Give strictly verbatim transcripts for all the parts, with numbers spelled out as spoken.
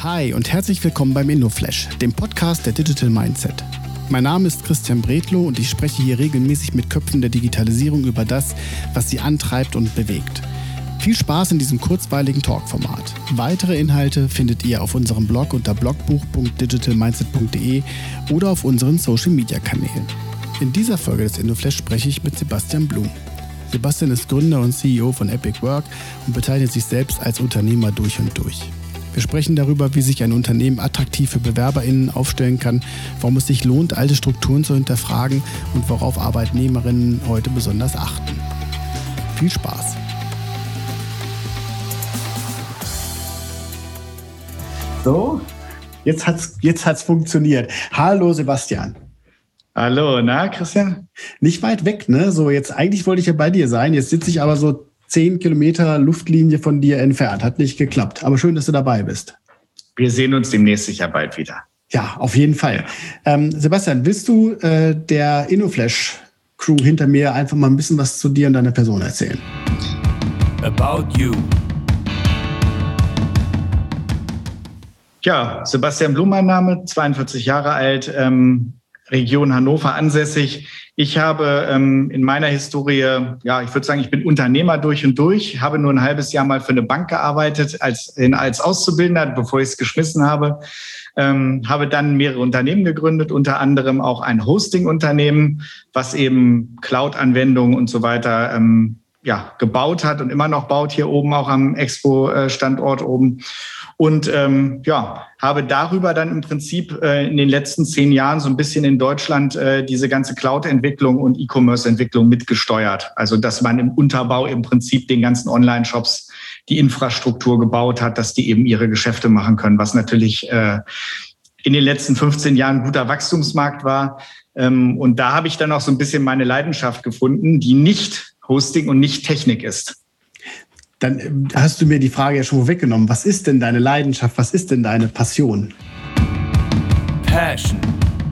Hi und herzlich willkommen beim InnoFlash, dem Podcast der Digital Mindset. Mein Name ist Christian Bredlow und ich spreche hier regelmäßig mit Köpfen der Digitalisierung über das, was sie antreibt und bewegt. Viel Spaß in diesem kurzweiligen Talkformat. Weitere Inhalte findet ihr auf unserem Blog unter blogbuch punkt digital mindset punkt de oder auf unseren Social-Media-Kanälen. In dieser Folge des InnoFlash spreche ich mit Sebastian Blum. Sebastian ist Gründer und C E O von Epic Work und bezeichnet sich selbst als Unternehmer durch und durch. Wir sprechen darüber, wie sich ein Unternehmen attraktiv für BewerberInnen aufstellen kann, warum es sich lohnt, alte Strukturen zu hinterfragen und worauf ArbeitnehmerInnen heute besonders achten. Viel Spaß! So, jetzt hat's, jetzt hat's funktioniert. Hallo Sebastian. Hallo, na Christian? Nicht weit weg, ne? So, jetzt eigentlich wollte ich ja bei dir sein. Jetzt sitze ich aber so zehn Kilometer Luftlinie von dir entfernt. Hat nicht geklappt. Aber schön, dass du dabei bist. Wir sehen uns demnächst sicher bald wieder. Ja, auf jeden Fall. Ähm, Sebastian, willst du äh, der InnoFlash-Crew hinter mir einfach mal ein bisschen was zu dir und deiner Person erzählen? About you. Ja, Sebastian Blum, mein Name, zweiundvierzig Jahre alt, ähm, Region Hannover ansässig. Ich habe ähm, in meiner Historie, ja, ich würde sagen, ich bin Unternehmer durch und durch, habe nur ein halbes Jahr mal für eine Bank gearbeitet als, in, als Auszubildender, bevor ich es geschmissen habe. Ähm, habe dann mehrere Unternehmen gegründet, unter anderem auch ein Hosting-Unternehmen, was eben Cloud-Anwendungen und so weiter ähm, ja, gebaut hat und immer noch baut, hier oben auch am Expo-Standort oben. Und ähm, ja, habe darüber dann im Prinzip äh, in den letzten zehn Jahren so ein bisschen in Deutschland äh, diese ganze Cloud-Entwicklung und E-Commerce-Entwicklung mitgesteuert. Also dass man im Unterbau im Prinzip den ganzen Online-Shops die Infrastruktur gebaut hat, dass die eben ihre Geschäfte machen können, was natürlich äh, in den letzten fünfzehn Jahren ein guter Wachstumsmarkt war. Ähm, und da habe ich dann auch so ein bisschen meine Leidenschaft gefunden, die nicht Hosting und nicht Technik ist. Dann hast du mir die Frage ja schon weggenommen. Was ist denn deine Leidenschaft? Was ist denn deine Passion? Passion.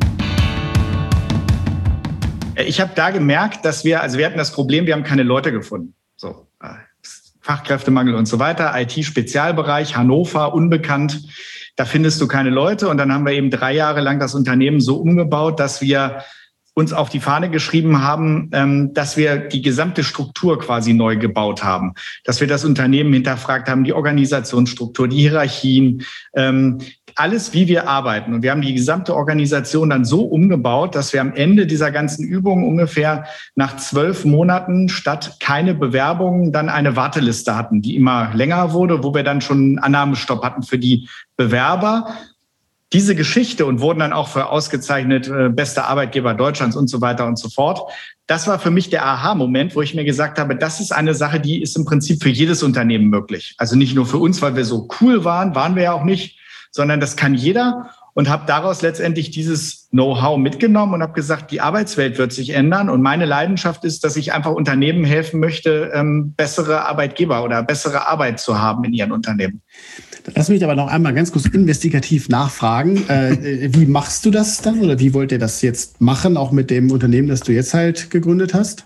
Ich habe da gemerkt, dass wir, also wir hatten das Problem, wir haben keine Leute gefunden. So, Fachkräftemangel und so weiter, I T-Spezialbereich, Hannover, unbekannt. Da findest du keine Leute. Und dann haben wir eben drei Jahre lang das Unternehmen so umgebaut, dass wir uns auf die Fahne geschrieben haben, dass wir die gesamte Struktur quasi neu gebaut haben, dass wir das Unternehmen hinterfragt haben, die Organisationsstruktur, die Hierarchien, alles, wie wir arbeiten. Und wir haben die gesamte Organisation dann so umgebaut, dass wir am Ende dieser ganzen Übung ungefähr nach zwölf Monaten statt keine Bewerbungen dann eine Warteliste hatten, die immer länger wurde, wo wir dann schon einen Annahmestopp hatten für die Bewerber. Diese Geschichte und wurden dann auch für ausgezeichnet äh, bester Arbeitgeber Deutschlands und so weiter und so fort. Das war für mich der Aha-Moment, wo ich mir gesagt habe, das ist eine Sache, die ist im Prinzip für jedes Unternehmen möglich. Also nicht nur für uns, weil wir so cool waren, waren wir ja auch nicht, sondern das kann jeder. Und habe daraus letztendlich dieses Know-how mitgenommen und habe gesagt, die Arbeitswelt wird sich ändern. Und meine Leidenschaft ist, dass ich einfach Unternehmen helfen möchte, ähm, bessere Arbeitgeber oder bessere Arbeit zu haben in ihren Unternehmen. Lass mich aber noch einmal ganz kurz investigativ nachfragen. Äh, wie machst du das dann oder wie wollt ihr das jetzt machen, auch mit dem Unternehmen, das du jetzt halt gegründet hast?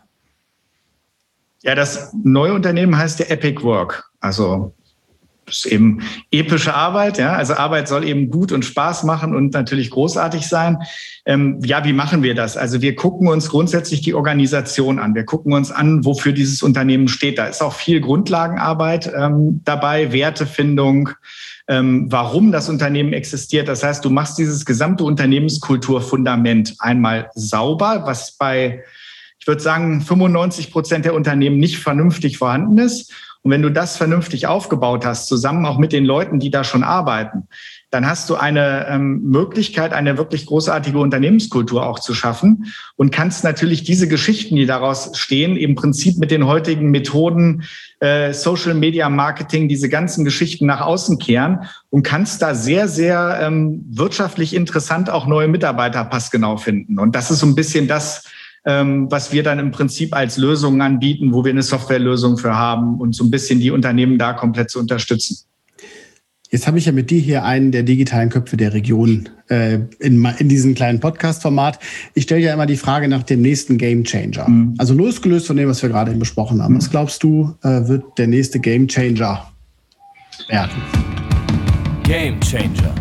Ja, das neue Unternehmen heißt ja Epic Work. Also das ist eben epische Arbeit, ja. Also Arbeit soll eben gut und Spaß machen und natürlich großartig sein. Ähm, ja, wie machen wir das? Also wir gucken uns grundsätzlich die Organisation an. Wir gucken uns an, wofür dieses Unternehmen steht. Da ist auch viel Grundlagenarbeit ähm, dabei, Wertefindung, ähm, warum das Unternehmen existiert. Das heißt, du machst dieses gesamte Unternehmenskulturfundament einmal sauber, was bei, ich würde sagen, fünfundneunzig Prozent der Unternehmen nicht vernünftig vorhanden ist. Und wenn du das vernünftig aufgebaut hast, zusammen auch mit den Leuten, die da schon arbeiten, dann hast du eine ähm, Möglichkeit, eine wirklich großartige Unternehmenskultur auch zu schaffen und kannst natürlich diese Geschichten, die daraus stehen, im Prinzip mit den heutigen Methoden äh, Social Media Marketing, diese ganzen Geschichten nach außen kehren und kannst da sehr, sehr ähm, wirtschaftlich interessant auch neue Mitarbeiter passgenau finden. Und das ist so ein bisschen das, was wir dann im Prinzip als Lösungen anbieten, wo wir eine Softwarelösung für haben und so ein bisschen die Unternehmen da komplett zu unterstützen. Jetzt habe ich ja mit dir hier einen der digitalen Köpfe der Region äh, in, in diesem kleinen Podcast-Format. Ich stelle ja immer die Frage nach dem nächsten Gamechanger. Mhm. Also losgelöst von dem, was wir gerade eben besprochen haben. Mhm. Was glaubst du, äh, wird der nächste Gamechanger werden? Game Changer.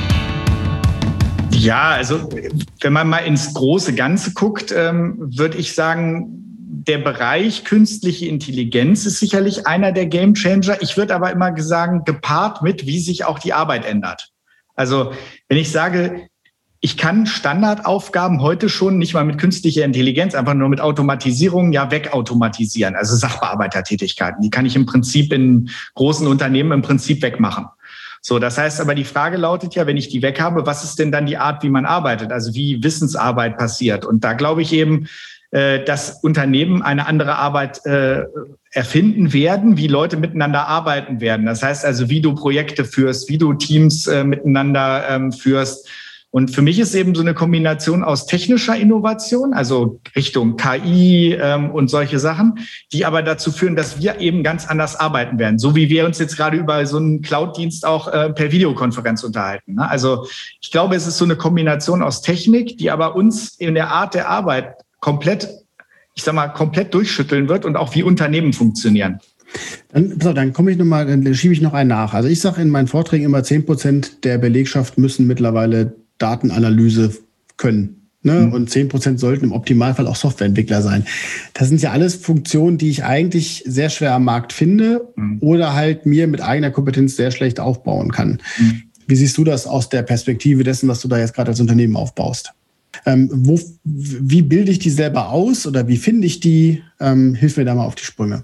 Ja, also wenn man mal ins große Ganze guckt, ähm, würde ich sagen, der Bereich künstliche Intelligenz ist sicherlich einer der Game Changer. Ich würde aber immer sagen, gepaart mit, wie sich auch die Arbeit ändert. Also wenn ich sage, ich kann Standardaufgaben heute schon nicht mal mit künstlicher Intelligenz, einfach nur mit Automatisierung ja wegautomatisieren. Also Sachbearbeitertätigkeiten, die kann ich im Prinzip in großen Unternehmen im Prinzip wegmachen. So, das heißt aber, die Frage lautet ja, wenn ich die weg habe, was ist denn dann die Art, wie man arbeitet? Also wie Wissensarbeit passiert? Und da glaube ich eben, dass Unternehmen eine andere Arbeit äh, erfinden werden, wie Leute miteinander arbeiten werden. Das heißt also, wie du Projekte führst, wie du Teams äh, miteinander ähm, führst. Und für mich ist eben so eine Kombination aus technischer Innovation, also Richtung K I ähm, und solche Sachen, die aber dazu führen, dass wir eben ganz anders arbeiten werden. So wie wir uns jetzt gerade über so einen Cloud-Dienst auch äh, per Videokonferenz unterhalten. Ne? Also ich glaube, es ist so eine Kombination aus Technik, die aber uns in der Art der Arbeit komplett, ich sag mal, komplett durchschütteln wird und auch wie Unternehmen funktionieren. Dann, so, dann komme ich noch mal, dann schiebe ich noch einen nach. Also ich sage in meinen Vorträgen immer, zehn Prozent der Belegschaft müssen mittlerweile Datenanalyse können. Ne? Mhm. Und zehn Prozent sollten im Optimalfall auch Softwareentwickler sein. Das sind ja alles Funktionen, die ich eigentlich sehr schwer am Markt finde mhm. oder halt mir mit eigener Kompetenz sehr schlecht aufbauen kann. Mhm. Wie siehst du das aus der Perspektive dessen, was du da jetzt gerade als Unternehmen aufbaust? Ähm, wo, wie bilde ich die selber aus oder wie finde ich die? Ähm, hilf mir da mal auf die Sprünge.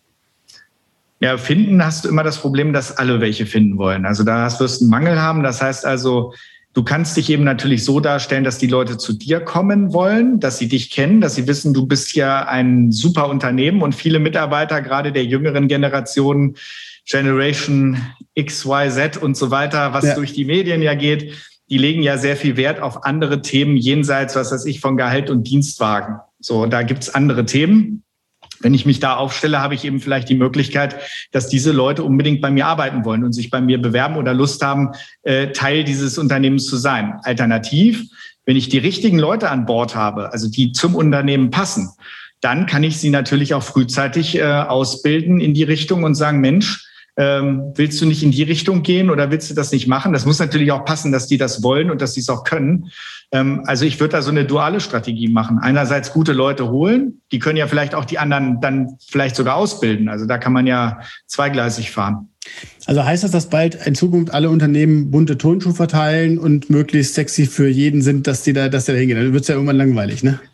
Ja, finden hast du immer das Problem, dass alle welche finden wollen. Also da wirst du einen Mangel haben. Das heißt also, du kannst dich eben natürlich so darstellen, dass die Leute zu dir kommen wollen, dass sie dich kennen, dass sie wissen, du bist ja ein super Unternehmen und viele Mitarbeiter, gerade der jüngeren Generation, Generation X, Y, Z und so weiter, was ja durch die Medien ja geht, die legen ja sehr viel Wert auf andere Themen jenseits, was weiß ich, von Gehalt und Dienstwagen. So, da gibt's andere Themen. Wenn ich mich da aufstelle, habe ich eben vielleicht die Möglichkeit, dass diese Leute unbedingt bei mir arbeiten wollen und sich bei mir bewerben oder Lust haben, Teil dieses Unternehmens zu sein. Alternativ, wenn ich die richtigen Leute an Bord habe, also die zum Unternehmen passen, dann kann ich sie natürlich auch frühzeitig ausbilden in die Richtung und sagen, Mensch, Ähm, willst du nicht in die Richtung gehen oder willst du das nicht machen? Das muss natürlich auch passen, dass die das wollen und dass sie es auch können. Ähm, also ich würde da so eine duale Strategie machen. Einerseits gute Leute holen, die können ja vielleicht auch die anderen dann vielleicht sogar ausbilden. Also da kann man ja zweigleisig fahren. Also heißt das, dass bald in Zukunft alle Unternehmen bunte Turnschuhe verteilen und möglichst sexy für jeden sind, dass die da, dass der da hingehen? Dann wird es ja irgendwann langweilig, ne?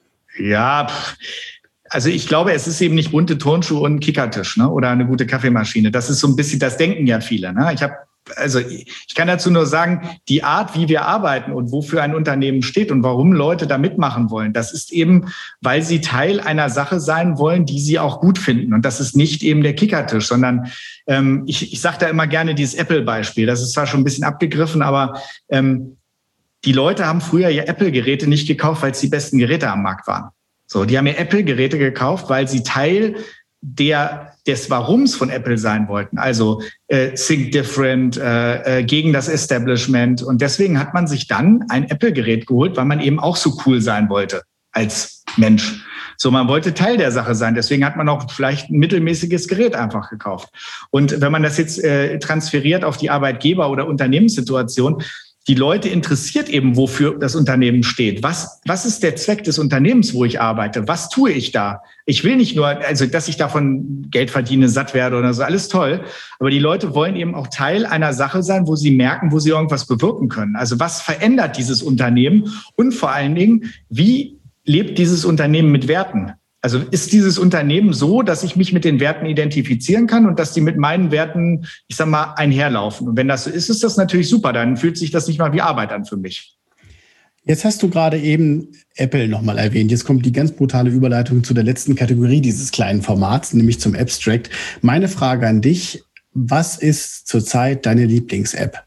Ja, pff. Also ich glaube, es ist eben nicht bunte Turnschuhe und ein Kickertisch, ne, oder eine gute Kaffeemaschine. Das ist so ein bisschen, das denken ja viele. Ne? Ich habe, also ich kann dazu nur sagen, die Art, wie wir arbeiten und wofür ein Unternehmen steht und warum Leute da mitmachen wollen, das ist eben, weil sie Teil einer Sache sein wollen, die sie auch gut finden. Und das ist nicht eben der Kickertisch, sondern ähm, ich, ich sage da immer gerne dieses Apple-Beispiel. Das ist zwar schon ein bisschen abgegriffen, aber ähm, die Leute haben früher ja Apple-Geräte nicht gekauft, weil es die besten Geräte am Markt waren. So, die haben ja Apple-Geräte gekauft, weil sie Teil der des Warums von Apple sein wollten. Also äh, Think Different, äh, äh, gegen das Establishment. Und deswegen hat man sich dann ein Apple-Gerät geholt, weil man eben auch so cool sein wollte als Mensch. So, man wollte Teil der Sache sein. Deswegen hat man auch vielleicht ein mittelmäßiges Gerät einfach gekauft. Und wenn man das jetzt äh, transferiert auf die Arbeitgeber- oder Unternehmenssituation, die Leute interessiert eben, wofür das Unternehmen steht. Was, was ist der Zweck des Unternehmens, wo ich arbeite? Was tue ich da? Ich will nicht nur, also, dass ich davon Geld verdiene, satt werde oder so, alles toll. Aber die Leute wollen eben auch Teil einer Sache sein, wo sie merken, wo sie irgendwas bewirken können. Also was verändert dieses Unternehmen? Und vor allen Dingen, wie lebt dieses Unternehmen mit Werten? Also ist dieses Unternehmen so, dass ich mich mit den Werten identifizieren kann und dass die mit meinen Werten, ich sag mal, einherlaufen? Und wenn das so ist, ist das natürlich super. Dann fühlt sich das nicht mal wie Arbeit an für mich. Jetzt hast du gerade eben Apple nochmal erwähnt. Jetzt kommt die ganz brutale Überleitung zu der letzten Kategorie dieses kleinen Formats, nämlich zum Abstract. Meine Frage an dich, was ist zurzeit deine Lieblings-App?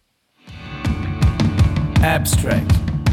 Abstract.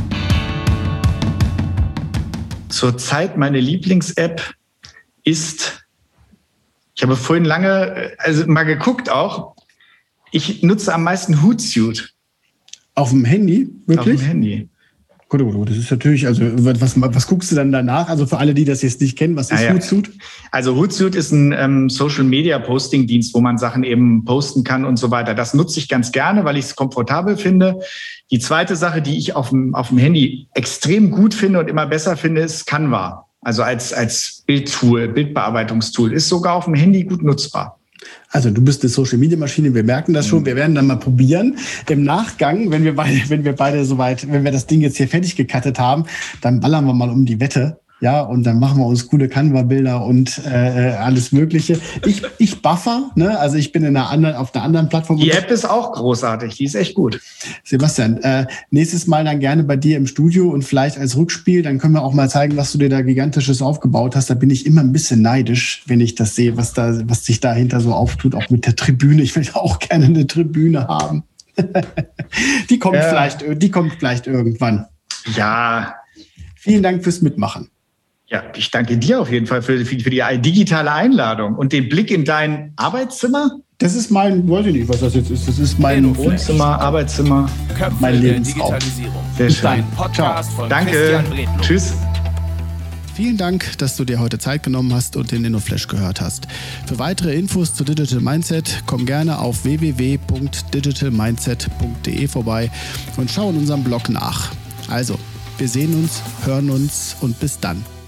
Zurzeit meine Lieblings-App ist, ich habe vorhin lange, also mal geguckt auch, ich nutze am meisten Hootsuite. Auf dem Handy? Wirklich? Auf dem Handy. Gut, gut, das ist natürlich, also was, was guckst du dann danach? Also für alle, die das jetzt nicht kennen, was ist ah, ja. Hootsuite? Also Hootsuite ist ein ähm, Social-Media-Posting-Dienst, wo man Sachen eben posten kann und so weiter. Das nutze ich ganz gerne, weil ich es komfortabel finde. Die zweite Sache, die ich auf dem, auf dem Handy extrem gut finde und immer besser finde, ist Canva. Also als, als Bildtool, Bildbearbeitungstool, ist sogar auf dem Handy gut nutzbar. Also du bist eine Social-Media-Maschine, wir merken das schon, wir werden dann mal probieren. Im Nachgang, wenn wir beide, wenn wir beide soweit, wenn wir das Ding jetzt hier fertig gecuttet haben, dann ballern wir mal um die Wette. Ja, und dann machen wir uns coole Canva-Bilder und äh, alles Mögliche. Ich, ich buffer, ne? Also ich bin in einer anderen, auf einer anderen Plattform. Die App ist auch großartig, die ist echt gut. Sebastian, äh, nächstes Mal dann gerne bei dir im Studio und vielleicht als Rückspiel, dann können wir auch mal zeigen, was du dir da Gigantisches aufgebaut hast. Da bin ich immer ein bisschen neidisch, wenn ich das sehe, was da, was sich dahinter so auftut, auch mit der Tribüne. Ich will auch gerne eine Tribüne haben. die kommt äh, vielleicht, die kommt vielleicht irgendwann. Ja. Vielen Dank fürs Mitmachen. Ja, ich danke dir auf jeden Fall für, für, für die digitale Einladung und den Blick in dein Arbeitszimmer. Das ist mein, weiß ich nicht, was das jetzt ist. Das ist mein Wohnzimmer, Arbeitszimmer, Köpfe mein Lebensraum. Sehr schön. Podcast von danke. Tschüss. Vielen Dank, dass du dir heute Zeit genommen hast und den InnoFlash gehört hast. Für weitere Infos zu Digital Mindset komm gerne auf w w w punkt digital mindset punkt d e vorbei und schau in unserem Blog nach. Also, wir sehen uns, hören uns und bis dann.